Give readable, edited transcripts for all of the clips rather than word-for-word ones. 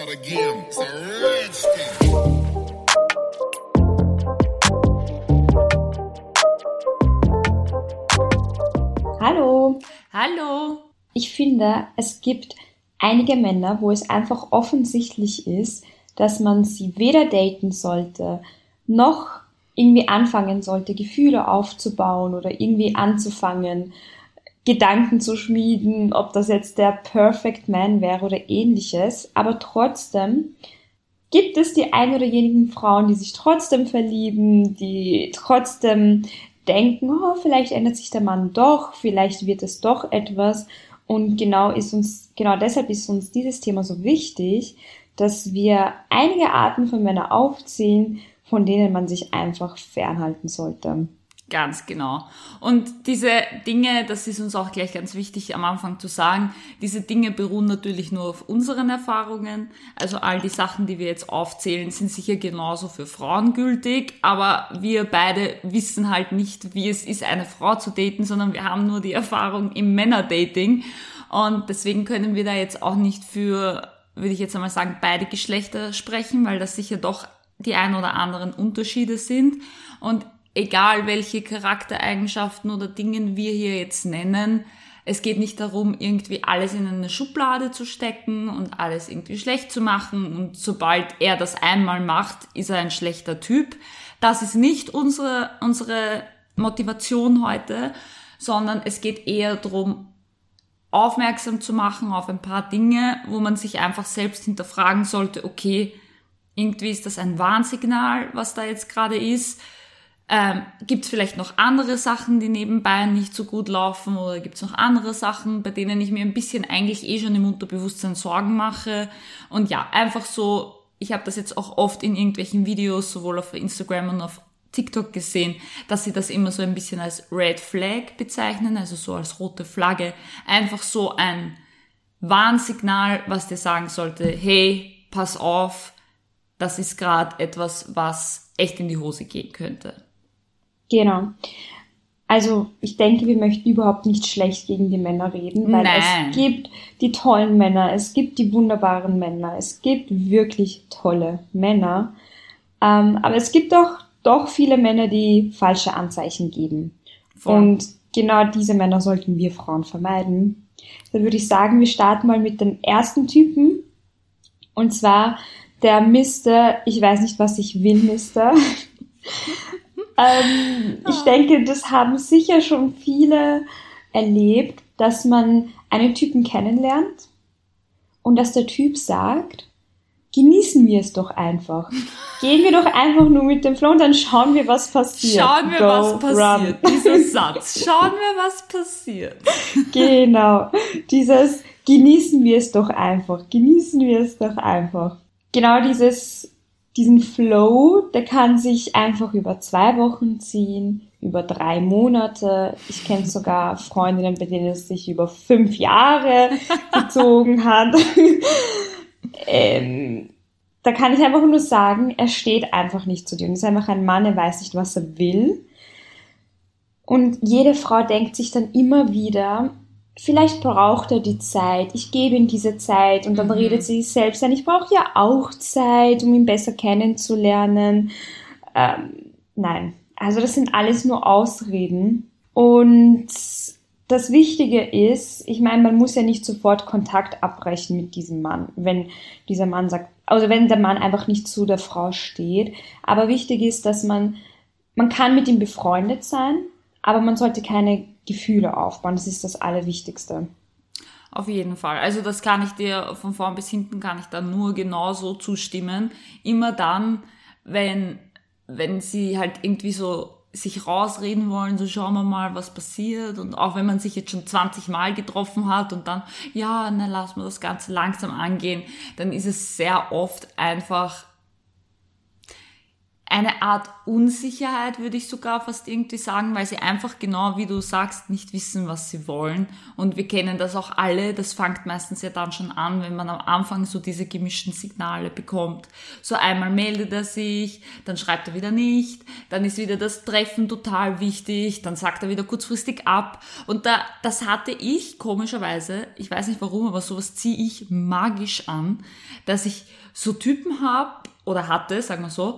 start again. It's a rich thing. Hallo. Hallo. Ich finde, es gibt einige Männer, wo es einfach offensichtlich ist, dass man sie weder daten sollte, noch irgendwie anfangen sollte, Gefühle aufzubauen oder irgendwie anzufangen, Gedanken zu schmieden, ob das jetzt der Perfect Man wäre oder ähnliches. Aber trotzdem gibt es die ein oder jenigen Frauen, die sich trotzdem verlieben, die trotzdem denken, oh, vielleicht ändert sich der Mann doch, vielleicht wird es doch etwas. Und genau deshalb ist uns dieses Thema so wichtig, dass wir einige Arten von Männern aufzählen, von denen man sich einfach fernhalten sollte. Ganz genau. Und diese Dinge, das ist uns auch gleich ganz wichtig am Anfang zu sagen, diese Dinge beruhen natürlich nur auf unseren Erfahrungen. Also all die Sachen, die wir jetzt aufzählen, sind sicher genauso für Frauen gültig, aber wir beide wissen halt nicht, wie es ist, eine Frau zu daten, sondern wir haben nur die Erfahrung im Männerdating. Und deswegen können wir da jetzt auch nicht für, würde ich jetzt einmal sagen, beide Geschlechter sprechen, weil das sicher doch die ein oder anderen Unterschiede sind. Und egal welche Charaktereigenschaften oder Dingen wir hier jetzt nennen, es geht nicht darum, irgendwie alles in eine Schublade zu stecken und alles irgendwie schlecht zu machen und sobald er das einmal macht, ist er ein schlechter Typ. Das ist nicht unsere Motivation heute, sondern es geht eher darum, aufmerksam zu machen auf ein paar Dinge, wo man sich einfach selbst hinterfragen sollte, okay, irgendwie ist das ein Warnsignal, was da jetzt gerade ist. Gibt es vielleicht noch andere Sachen, die nebenbei nicht so gut laufen oder gibt es noch andere Sachen, bei denen ich mir ein bisschen eigentlich schon im Unterbewusstsein Sorgen mache und ja, einfach so, ich habe das jetzt auch oft in irgendwelchen Videos, sowohl auf Instagram und auf TikTok gesehen, dass sie das immer so ein bisschen als Red Flag bezeichnen, also so als rote Flagge, einfach so ein Warnsignal, was dir sagen sollte, hey, pass auf, das ist gerade etwas, was echt in die Hose gehen könnte. Genau. Also ich denke, wir möchten überhaupt nicht schlecht gegen die Männer reden, weil es gibt die tollen Männer, es gibt die wunderbaren Männer, es gibt wirklich tolle Männer, aber es gibt doch viele Männer, die falsche Anzeichen geben. Voll. Und genau diese Männer sollten wir Frauen vermeiden. Dann würde ich sagen, wir starten mal mit dem ersten Typen, und zwar der Mister, ich weiß nicht, was ich will, Mister. Ich denke, das haben sicher schon viele erlebt, dass man einen Typen kennenlernt und dass der Typ sagt, genießen wir es doch einfach. Gehen wir doch einfach nur mit dem Flow und dann schauen wir, was passiert. Schauen wir, was passiert. Dieser Satz. Schauen wir, was passiert. Genau. Dieses genießen wir es doch einfach. Genießen wir es doch einfach. Genau diesen Flow, der kann sich einfach über 2 Wochen ziehen, über 3 Monate. Ich kenne sogar Freundinnen, bei denen es sich über 5 Jahre gezogen hat. Da kann ich einfach nur sagen, er steht einfach nicht zu dir. Und ist einfach ein Mann, er weiß nicht, was er will. Und jede Frau denkt sich dann immer wieder, vielleicht braucht er die Zeit, ich gebe ihm diese Zeit und dann redet sie sich selbst ein, ich brauche ja auch Zeit, um ihn besser kennenzulernen. Nein, also das sind alles nur Ausreden. Und das Wichtige ist, ich meine, man muss ja nicht sofort Kontakt abbrechen mit diesem Mann, wenn dieser Mann sagt, also wenn der Mann einfach nicht zu der Frau steht. Aber wichtig ist, dass man kann mit ihm befreundet sein, aber man sollte keine Gefühle aufbauen. Das ist das Allerwichtigste. Auf jeden Fall. Also das kann ich dir von vorn bis hinten kann ich da nur genauso zustimmen. Immer dann, wenn sie halt irgendwie so sich rausreden wollen, so schauen wir mal, was passiert. Und auch wenn man sich jetzt schon 20 Mal getroffen hat und dann, ja, dann lassen wir das Ganze langsam angehen, dann ist es sehr oft einfach eine Art Unsicherheit, würde ich sogar fast irgendwie sagen, weil sie einfach genau, wie du sagst, nicht wissen, was sie wollen. Und wir kennen das auch alle, das fängt meistens ja dann schon an, wenn man am Anfang so diese gemischten Signale bekommt. So einmal meldet er sich, dann schreibt er wieder nicht, dann ist wieder das Treffen total wichtig, dann sagt er wieder kurzfristig ab. Und das hatte ich komischerweise, ich weiß nicht warum, aber sowas ziehe ich magisch an, dass ich so Typen habe, oder hatte, sagen wir so,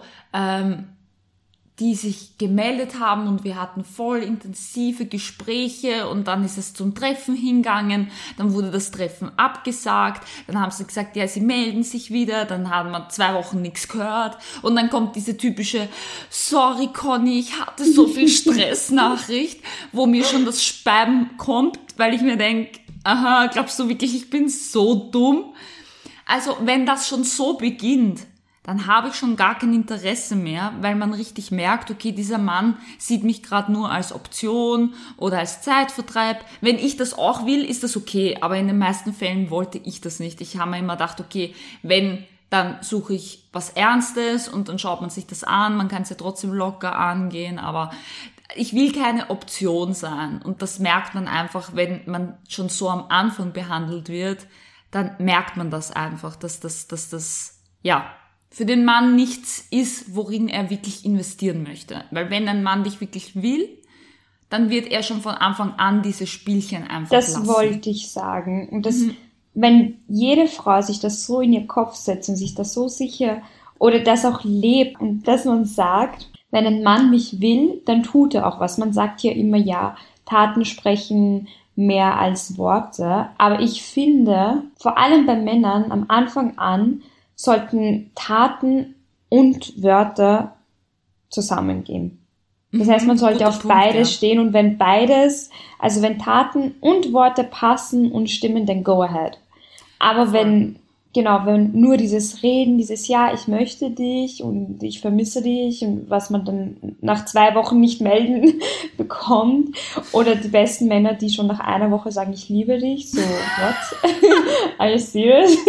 die sich gemeldet haben und wir hatten voll intensive Gespräche und dann ist es zum Treffen hingegangen, dann wurde das Treffen abgesagt, dann haben sie gesagt, ja, sie melden sich wieder, dann haben wir 2 Wochen nichts gehört und dann kommt diese typische, sorry Conny, ich hatte so viel Stress-Nachricht, wo mir schon das Spam kommt, weil ich mir denke, aha, glaubst du wirklich, ich bin so dumm? Also wenn das schon so beginnt, dann habe ich schon gar kein Interesse mehr, weil man richtig merkt, okay, dieser Mann sieht mich gerade nur als Option oder als Zeitvertreib. Wenn ich das auch will, ist das okay, aber in den meisten Fällen wollte ich das nicht. Ich habe mir immer gedacht, okay, wenn, dann suche ich was Ernstes und dann schaut man sich das an, man kann es ja trotzdem locker angehen, aber ich will keine Option sein und das merkt man einfach, wenn man schon so am Anfang behandelt wird, dann merkt man das einfach, dass das, ja, für den Mann nichts ist, worin er wirklich investieren möchte. Weil wenn ein Mann dich wirklich will, dann wird er schon von Anfang an diese Spielchen einfach lassen. Das wollte ich sagen. Und das, wenn jede Frau sich das so in ihr Kopf setzt und sich das so sicher oder das auch lebt und dass man sagt, wenn ein Mann mich will, dann tut er auch was. Man sagt ja immer, ja, Taten sprechen mehr als Worte. Aber ich finde, vor allem bei Männern am Anfang an, sollten Taten und Wörter zusammengehen. Das heißt, man sollte auf beides stehen und wenn beides, also wenn Taten und Worte passen und stimmen, dann go ahead. Aber wenn nur dieses Reden, dieses Ja, ich möchte dich und ich vermisse dich und was man dann nach 2 Wochen nicht melden bekommt oder die besten Männer, die schon nach 1 Woche sagen, ich liebe dich, so, what? Are you serious?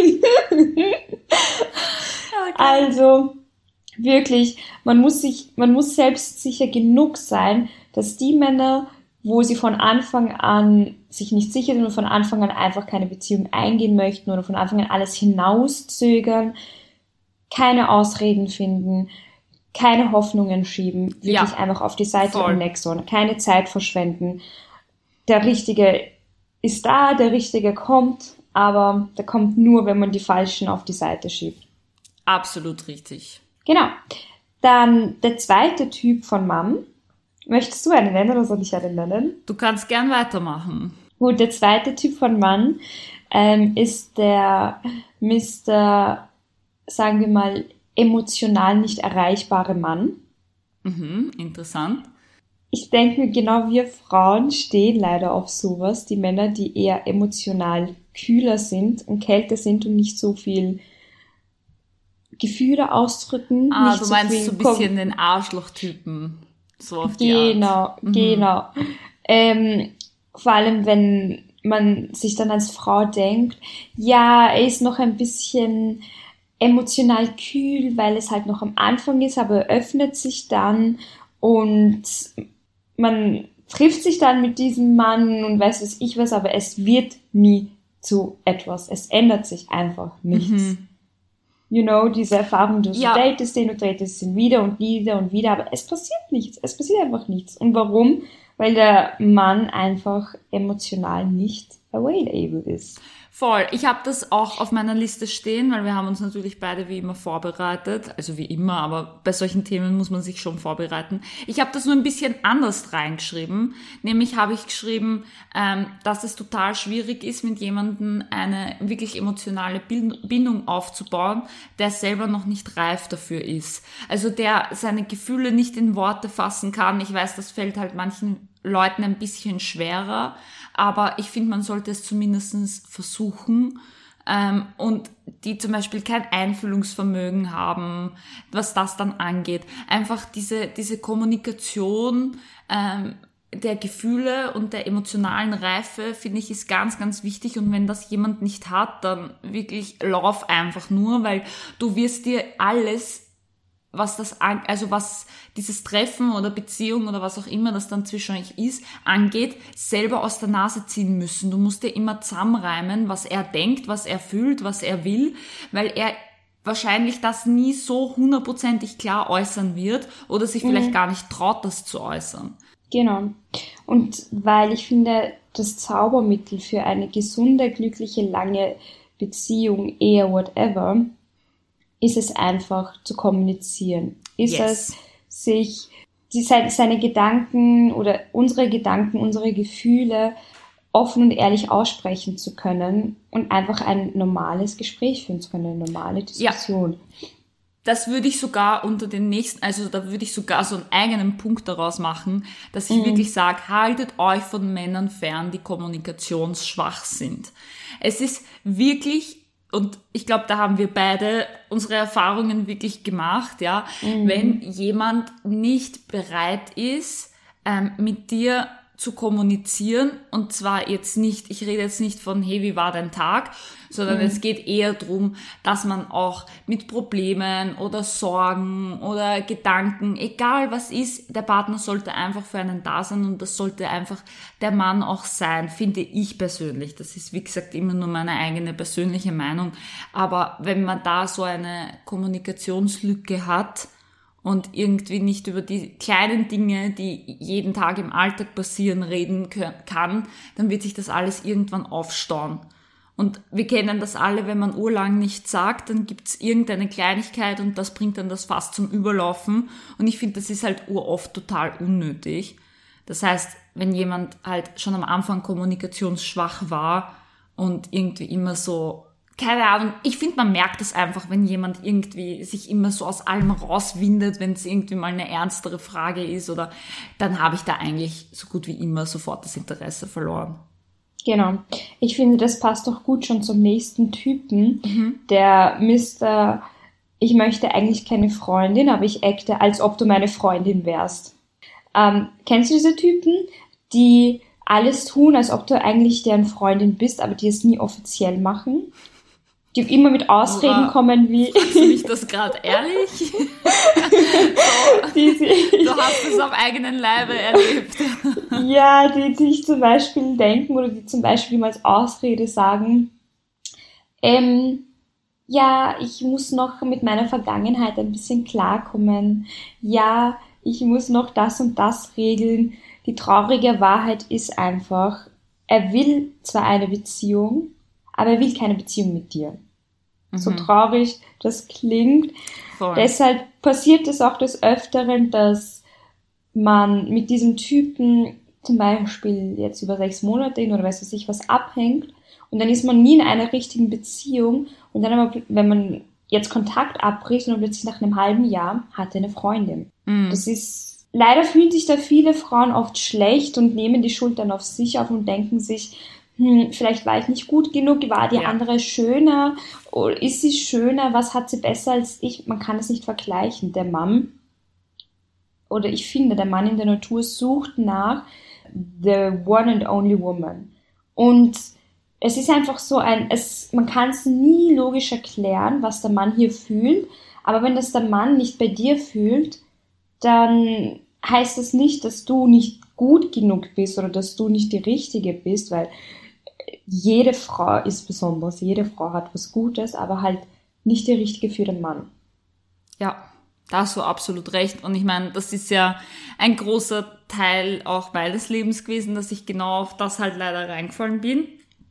Okay. Also, wirklich, man muss selbstsicher genug sein, dass die Männer, wo sie von Anfang an sich nicht sicher sind und von Anfang an einfach keine Beziehung eingehen möchten oder von Anfang an alles hinauszögern, keine Ausreden finden, keine Hoffnungen schieben, wirklich einfach auf die Seite und next one, keine Zeit verschwenden. Der Richtige ist da, der Richtige kommt, aber der kommt nur, wenn man die Falschen auf die Seite schiebt. Absolut richtig. Genau. Dann der zweite Typ von Mann. Möchtest du einen nennen oder soll ich einen nennen? Du kannst gern weitermachen. Gut, der zweite Typ von Mann ist der Mr., sagen wir mal, emotional nicht erreichbare Mann. Interessant. Ich denke mir, genau wir Frauen stehen leider auf sowas. Die Männer, die eher emotional kühler sind und kälter sind und nicht so viel Gefühle ausdrücken. Nicht du meinst so ein bisschen den Arschloch-Typen. So auf die Art. Genau. Vor allem, wenn man sich dann als Frau denkt, ja, er ist noch ein bisschen emotional kühl, weil es halt noch am Anfang ist, aber er öffnet sich dann und man trifft sich dann mit diesem Mann und weiß was ich was, aber es wird nie zu etwas. Es ändert sich einfach nichts. You know, diese Erfahrung, du datest den, du datest ihn wieder und wieder und wieder, aber es passiert nichts. Es passiert einfach nichts. Und warum? Weil der Mann einfach emotional nicht available ist. Voll. Ich habe das auch auf meiner Liste stehen, weil wir haben uns natürlich beide wie immer vorbereitet. Also wie immer, aber bei solchen Themen muss man sich schon vorbereiten. Ich habe das nur ein bisschen anders reingeschrieben. Nämlich habe ich geschrieben, dass es total schwierig ist, mit jemandem eine wirklich emotionale Bindung aufzubauen, der selber noch nicht reif dafür ist. Also der seine Gefühle nicht in Worte fassen kann. Ich weiß, das fällt halt manchen Leuten ein bisschen schwerer, aber ich finde, man sollte es zumindest versuchen und die zum Beispiel kein Einfühlungsvermögen haben, was das dann angeht. Einfach diese Kommunikation der Gefühle und der emotionalen Reife, finde ich, ist ganz, ganz wichtig und wenn das jemand nicht hat, dann wirklich lauf einfach nur, weil du wirst dir alles, was dieses Treffen oder Beziehung oder was auch immer das dann zwischen euch ist, angeht, selber aus der Nase ziehen müssen. Du musst dir immer zusammenreimen, was er denkt, was er fühlt, was er will, weil er wahrscheinlich das nie so 100%ig klar äußern wird oder sich vielleicht gar nicht traut, das zu äußern. Genau. Und weil ich finde, das Zaubermittel für eine gesunde, glückliche, lange Beziehung, Ehe, whatever, ist es einfach zu kommunizieren. Ist es, sich seine Gedanken oder unsere Gefühle offen und ehrlich aussprechen zu können und einfach ein normales Gespräch führen zu können, eine normale Diskussion. Ja. Das würde ich sogar da würde ich sogar so einen eigenen Punkt daraus machen, dass ich wirklich sage, haltet euch von Männern fern, die kommunikationsschwach sind. Es ist wirklich, und ich glaube, da haben wir beide unsere Erfahrungen wirklich gemacht, ja, wenn jemand nicht bereit ist, mit dir zu kommunizieren, und zwar jetzt nicht, ich rede jetzt nicht von, hey, wie war dein Tag, sondern es geht eher darum, dass man auch mit Problemen oder Sorgen oder Gedanken, egal was ist, der Partner sollte einfach für einen da sein, und das sollte einfach der Mann auch sein, finde ich persönlich. Das ist, wie gesagt, immer nur meine eigene persönliche Meinung, aber wenn man da so eine Kommunikationslücke hat, und irgendwie nicht über die kleinen Dinge, die jeden Tag im Alltag passieren, reden kann, dann wird sich das alles irgendwann aufstauen. Und wir kennen das alle, wenn man urlang nichts sagt, dann gibt's irgendeine Kleinigkeit und das bringt dann das Fass zum Überlaufen. Und ich finde, das ist halt uroft total unnötig. Das heißt, wenn jemand halt schon am Anfang kommunikationsschwach war und irgendwie immer so, keine Ahnung, ich finde, man merkt es einfach, wenn jemand irgendwie sich immer so aus allem rauswindet, wenn es irgendwie mal eine ernstere Frage ist, oder dann habe ich da eigentlich so gut wie immer sofort das Interesse verloren. Genau. Ich finde, das passt doch gut schon zum nächsten Typen, der Mr. Ich möchte eigentlich keine Freundin, aber ich acte, als ob du meine Freundin wärst. Kennst du diese Typen, die alles tun, als ob du eigentlich deren Freundin bist, aber die es nie offiziell machen? Die immer mit Ausreden kommen wie... Fragst du mich das gerade ehrlich? So, du hast es auf eigenen Leibe erlebt. Ja, die sich zum Beispiel denken oder die zum Beispiel mal als Ausrede sagen, ja, ich muss noch mit meiner Vergangenheit ein bisschen klarkommen. Ja, ich muss noch das und das regeln. Die traurige Wahrheit ist einfach, er will zwar eine Beziehung, aber er will keine Beziehung mit dir. So traurig das klingt. Voll. Deshalb passiert es auch des Öfteren, dass man mit diesem Typen zum Beispiel jetzt über 6 Monate oder weiß ich was abhängt, und dann ist man nie in einer richtigen Beziehung, und dann aber, wenn man jetzt Kontakt abbricht und plötzlich nach einem halben Jahr hat er eine Freundin. Das ist, leider fühlen sich da viele Frauen oft schlecht und nehmen die Schuld dann auf sich auf und denken sich, vielleicht war ich nicht gut genug, war die andere schöner, oder ist sie schöner, was hat sie besser als ich? Man kann es nicht vergleichen. Der Mann, oder ich finde, der Mann in der Natur sucht nach the one and only woman. Und es ist einfach so man kann es nie logisch erklären, was der Mann hier fühlt, aber wenn das der Mann nicht bei dir fühlt, dann heißt das nicht, dass du nicht gut genug bist oder dass du nicht die Richtige bist, weil jede Frau ist besonders, jede Frau hat was Gutes, aber halt nicht die Richtige für den Mann. Ja, da hast du absolut recht. Und ich meine, das ist ja ein großer Teil auch meines Lebens gewesen, dass ich genau auf das halt leider reingefallen bin.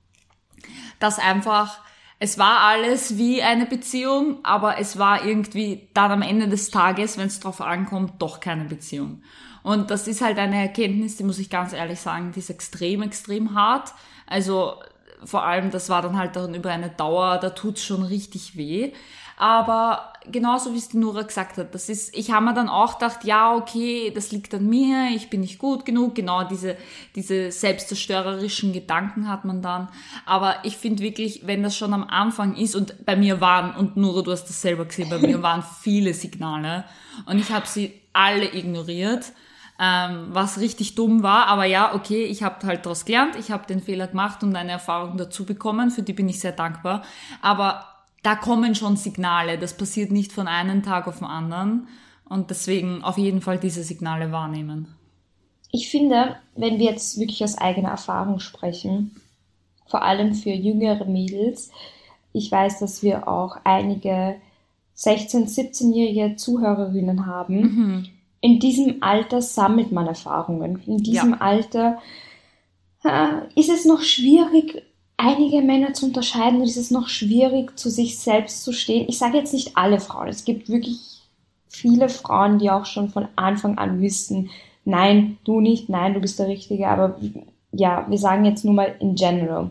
Dass einfach, es war alles wie eine Beziehung, aber es war irgendwie dann am Ende des Tages, wenn es drauf ankommt, doch keine Beziehung. Und das ist halt eine Erkenntnis, die muss ich ganz ehrlich sagen, die ist extrem, extrem hart. Also vor allem, das war dann halt dann über eine Dauer, da tut's schon richtig weh. Aber genauso wie es die Nora gesagt hat, ich habe mir dann auch gedacht, ja, okay, das liegt an mir, ich bin nicht gut genug, genau diese selbstzerstörerischen Gedanken hat man dann. Aber ich finde wirklich, wenn das schon am Anfang ist, und bei mir waren, und Nora, du hast das selber gesehen, bei mir waren viele Signale und ich habe sie alle ignoriert, was richtig dumm war, aber ja, okay, ich habe halt daraus gelernt, ich habe den Fehler gemacht und eine Erfahrung dazu bekommen, für die bin ich sehr dankbar, aber da kommen schon Signale. Das passiert nicht von einem Tag auf den anderen. Und deswegen auf jeden Fall diese Signale wahrnehmen. Ich finde, wenn wir jetzt wirklich aus eigener Erfahrung sprechen, vor allem für jüngere Mädels, ich weiß, dass wir auch einige 16-, 17-jährige Zuhörerinnen haben. In diesem Alter sammelt man Erfahrungen. In diesem Alter ist es noch schwierig, einige Männer zu unterscheiden, und ist es noch schwierig, zu sich selbst zu stehen. Ich sage jetzt nicht alle Frauen. Es gibt wirklich viele Frauen, die auch schon von Anfang an wissen, nein, du nicht, nein, du bist der Richtige. Aber ja, wir sagen jetzt nur mal in general.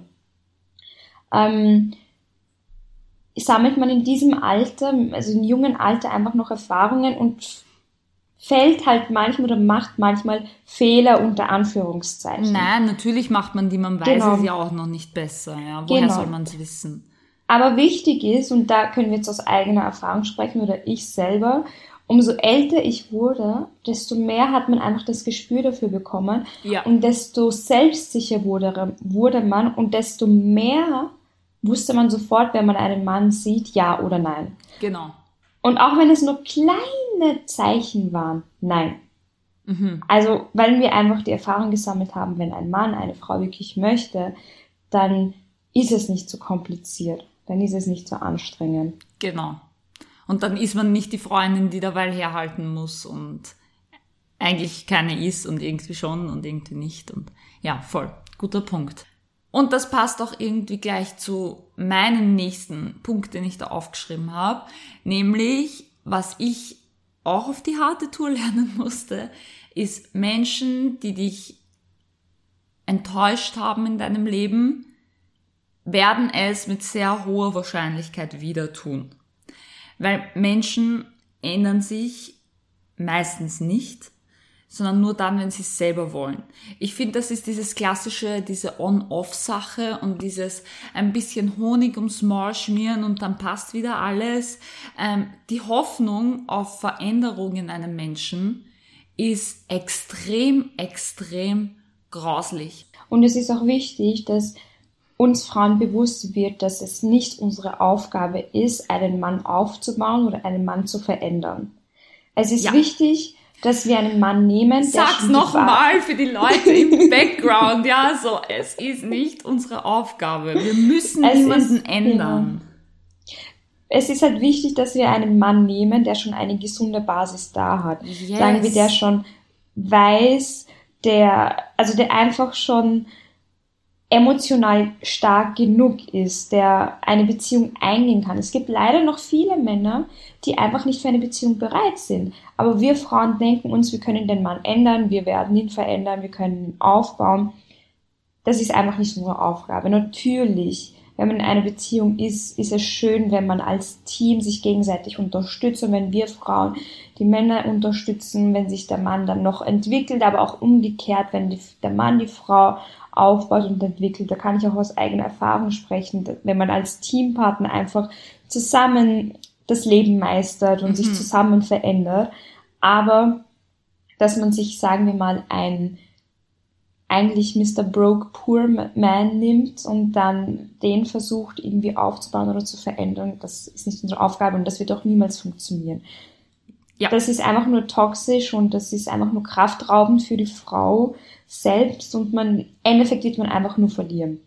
Sammelt man in diesem Alter, also im jungen Alter, einfach noch Erfahrungen und fällt halt manchmal oder macht manchmal Fehler unter Anführungszeichen. Nein, natürlich macht man die, man weiß es ja auch noch nicht besser. Ja. Woher soll man es wissen? Aber wichtig ist, und da können wir jetzt aus eigener Erfahrung sprechen, oder ich selber, umso älter ich wurde, desto mehr hat man einfach das Gespür dafür bekommen. Ja. Und desto selbstsicher wurde man, und desto mehr wusste man sofort, wenn man einen Mann sieht, ja oder nein. Genau. Und auch wenn es nur kleine Zeichen waren, nein. Also, weil wir einfach die Erfahrung gesammelt haben, wenn ein Mann eine Frau wirklich möchte, dann ist es nicht so kompliziert. Dann ist es nicht so anstrengend. Genau. Und dann ist man nicht die Freundin, die derweil herhalten muss und eigentlich keine ist und irgendwie schon und irgendwie nicht. Und ja, voll. Guter Punkt. Und das passt auch irgendwie gleich zu meinem nächsten Punkt, den ich da aufgeschrieben habe. Nämlich, was ich auch auf die harte Tour lernen musste, ist Menschen, die dich enttäuscht haben in deinem Leben, werden es mit sehr hoher Wahrscheinlichkeit wieder tun. Weil Menschen ändern sich meistens nicht, sondern nur dann, wenn sie es selber wollen. Ich finde, das ist dieses klassische, diese On-Off-Sache und dieses ein bisschen Honig ums Maul schmieren und dann passt wieder alles. Die Hoffnung auf Veränderung in einem Menschen ist extrem, extrem grauslich. Und es ist auch wichtig, dass uns Frauen bewusst wird, dass es nicht unsere Aufgabe ist, einen Mann aufzubauen oder einen Mann zu verändern. Es ist wichtig, dass wir einen Mann nehmen, der Sag's nochmal für die Leute im Background, ja, so, es ist nicht unsere Aufgabe. Wir müssen niemanden ändern. Ja. Es ist halt wichtig, dass wir einen Mann nehmen, der schon eine gesunde Basis da hat. Yes. Sagen wir, der schon weiß, der einfach schon emotional stark genug ist, der eine Beziehung eingehen kann. Es gibt leider noch viele Männer, die einfach nicht für eine Beziehung bereit sind. Aber wir Frauen denken uns, wir können den Mann ändern, wir werden ihn verändern, wir können ihn aufbauen. Das ist einfach nicht unsere Aufgabe. Natürlich, wenn man in einer Beziehung ist, ist es schön, wenn man als Team sich gegenseitig unterstützt und wenn wir Frauen die Männer unterstützen, wenn sich der Mann dann noch entwickelt, aber auch umgekehrt, wenn der Mann die Frau aufbaut und entwickelt. Da kann ich auch aus eigener Erfahrung sprechen, wenn man als Teampartner einfach zusammen das Leben meistert und sich zusammen verändert. Aber dass man sich, sagen wir mal, eigentlich Mr. Broke Poor Man nimmt und dann den versucht irgendwie aufzubauen oder zu verändern, das ist nicht unsere Aufgabe und das wird auch niemals funktionieren. Ja. Das ist einfach nur toxisch und das ist einfach nur kraftraubend für die Frau selbst und im Endeffekt wird man einfach nur verlieren.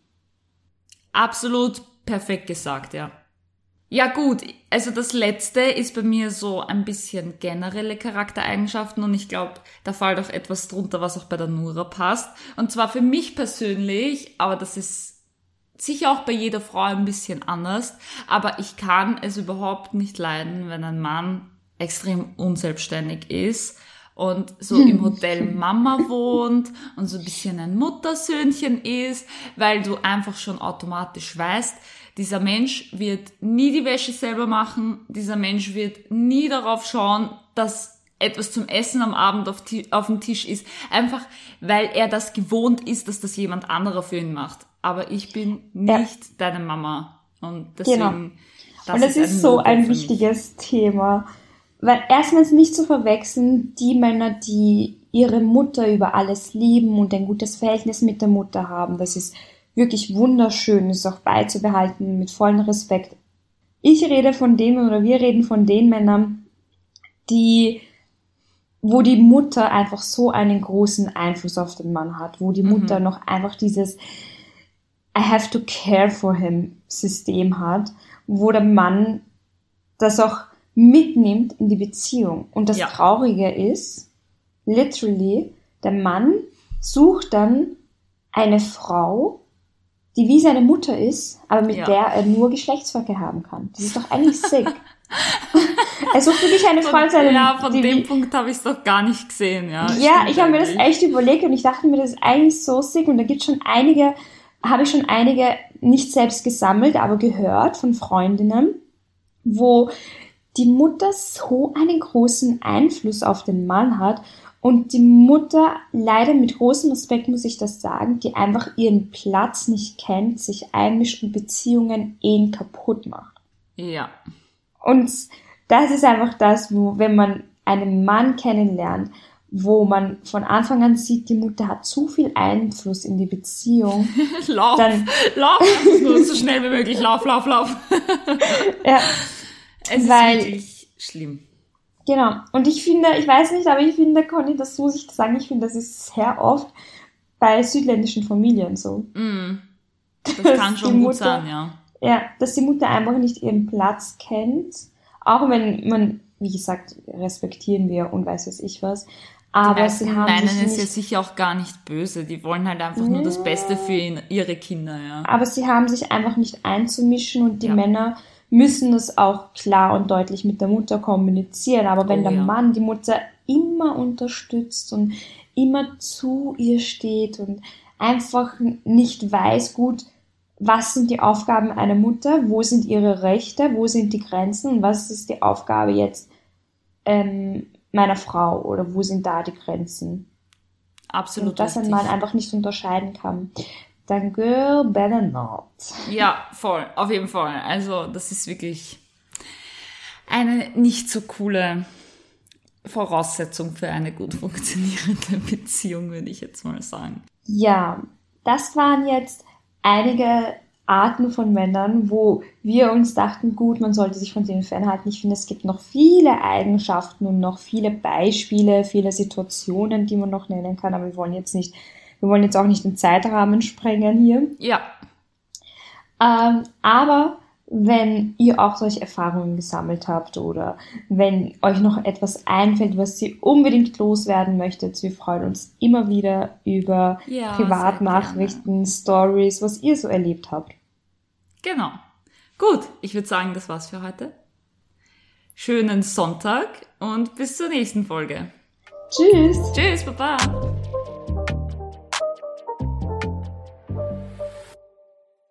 Absolut perfekt gesagt, ja. Ja gut, also das letzte ist bei mir so ein bisschen generelle Charaktereigenschaften und ich glaube, da fällt auch etwas drunter, was auch bei der Nura passt. Und zwar für mich persönlich, aber das ist sicher auch bei jeder Frau ein bisschen anders, aber ich kann es überhaupt nicht leiden, wenn ein Mann extrem unselbstständig ist und so im Hotel Mama wohnt und so ein bisschen ein Muttersöhnchen ist, weil du einfach schon automatisch weißt, dieser Mensch wird nie die Wäsche selber machen, dieser Mensch wird nie darauf schauen, dass etwas zum Essen am Abend auf dem Tisch ist, einfach weil er das gewohnt ist, dass das jemand anderer für ihn macht. Aber ich bin nicht deine Mama und deswegen... Genau. Und das ist so ein wichtiges Thema. Weil erstmals nicht zu verwechseln, die Männer, die ihre Mutter über alles lieben und ein gutes Verhältnis mit der Mutter haben, das ist wirklich wunderschön, das ist auch beizubehalten mit vollem Respekt. wir reden von den Männern, wo die Mutter einfach so einen großen Einfluss auf den Mann hat, wo die Mutter noch einfach dieses I have to care for him System hat, wo der Mann das auch mitnimmt in die Beziehung. Und das Traurige ist, literally, der Mann sucht dann eine Frau, die wie seine Mutter ist, aber mit der er nur Geschlechtsverkehr haben kann. Das ist doch eigentlich sick. Er sucht wirklich eine Frau in seinem... Ja, von dem Punkt habe ich es doch gar nicht gesehen. Ja, ich habe mir das echt überlegt und ich dachte mir, das ist eigentlich so sick. Und da gibt es habe ich schon einige nicht selbst gesammelt, aber gehört von Freundinnen, wo die Mutter so einen großen Einfluss auf den Mann hat und die Mutter, leider mit großem Respekt muss ich das sagen, die einfach ihren Platz nicht kennt, sich einmischt und Beziehungen kaputt macht. Ja. Und das ist einfach das, wo, wenn man einen Mann kennenlernt, wo man von Anfang an sieht, die Mutter hat zu viel Einfluss in die Beziehung. Lauf nur so schnell wie möglich, lauf. Ja. Es ist wirklich schlimm. Genau. Und ich finde, Conny, das muss ich sagen, ich finde, das ist sehr oft bei südländischen Familien so. Das kann schon gut sein, ja. Ja, dass die Mutter einfach nicht ihren Platz kennt. Auch wenn man, wie gesagt, respektieren wir und weiß ich was. Aber sie haben meinen sich es ja sicher auch gar nicht böse. Die wollen halt einfach nur das Beste für ihre Kinder, ja. Aber sie haben sich einfach nicht einzumischen und die Männer müssen das auch klar und deutlich mit der Mutter kommunizieren. Aber wenn der Mann die Mutter immer unterstützt und immer zu ihr steht und einfach nicht weiß, gut, was sind die Aufgaben einer Mutter, wo sind ihre Rechte, wo sind die Grenzen und was ist die Aufgabe jetzt meiner Frau oder wo sind da die Grenzen? Absolut. Und dass ein Mann einfach nicht unterscheiden kann. Dann girl, better not. Ja, voll, auf jeden Fall. Also das ist wirklich eine nicht so coole Voraussetzung für eine gut funktionierende Beziehung, würde ich jetzt mal sagen. Ja, das waren jetzt einige Arten von Männern, wo wir uns dachten, gut, man sollte sich von denen fernhalten. Ich finde, es gibt noch viele Eigenschaften und noch viele Beispiele, viele Situationen, die man noch nennen kann, aber wir wollen jetzt auch nicht den Zeitrahmen sprengen hier. Ja. Aber wenn ihr auch solche Erfahrungen gesammelt habt oder wenn euch noch etwas einfällt, was ihr unbedingt loswerden möchtet, wir freuen uns immer wieder über Privatnachrichten, Stories, was ihr so erlebt habt. Genau. Gut, ich würde sagen, das war's für heute. Schönen Sonntag und bis zur nächsten Folge. Tschüss. Tschüss, Baba.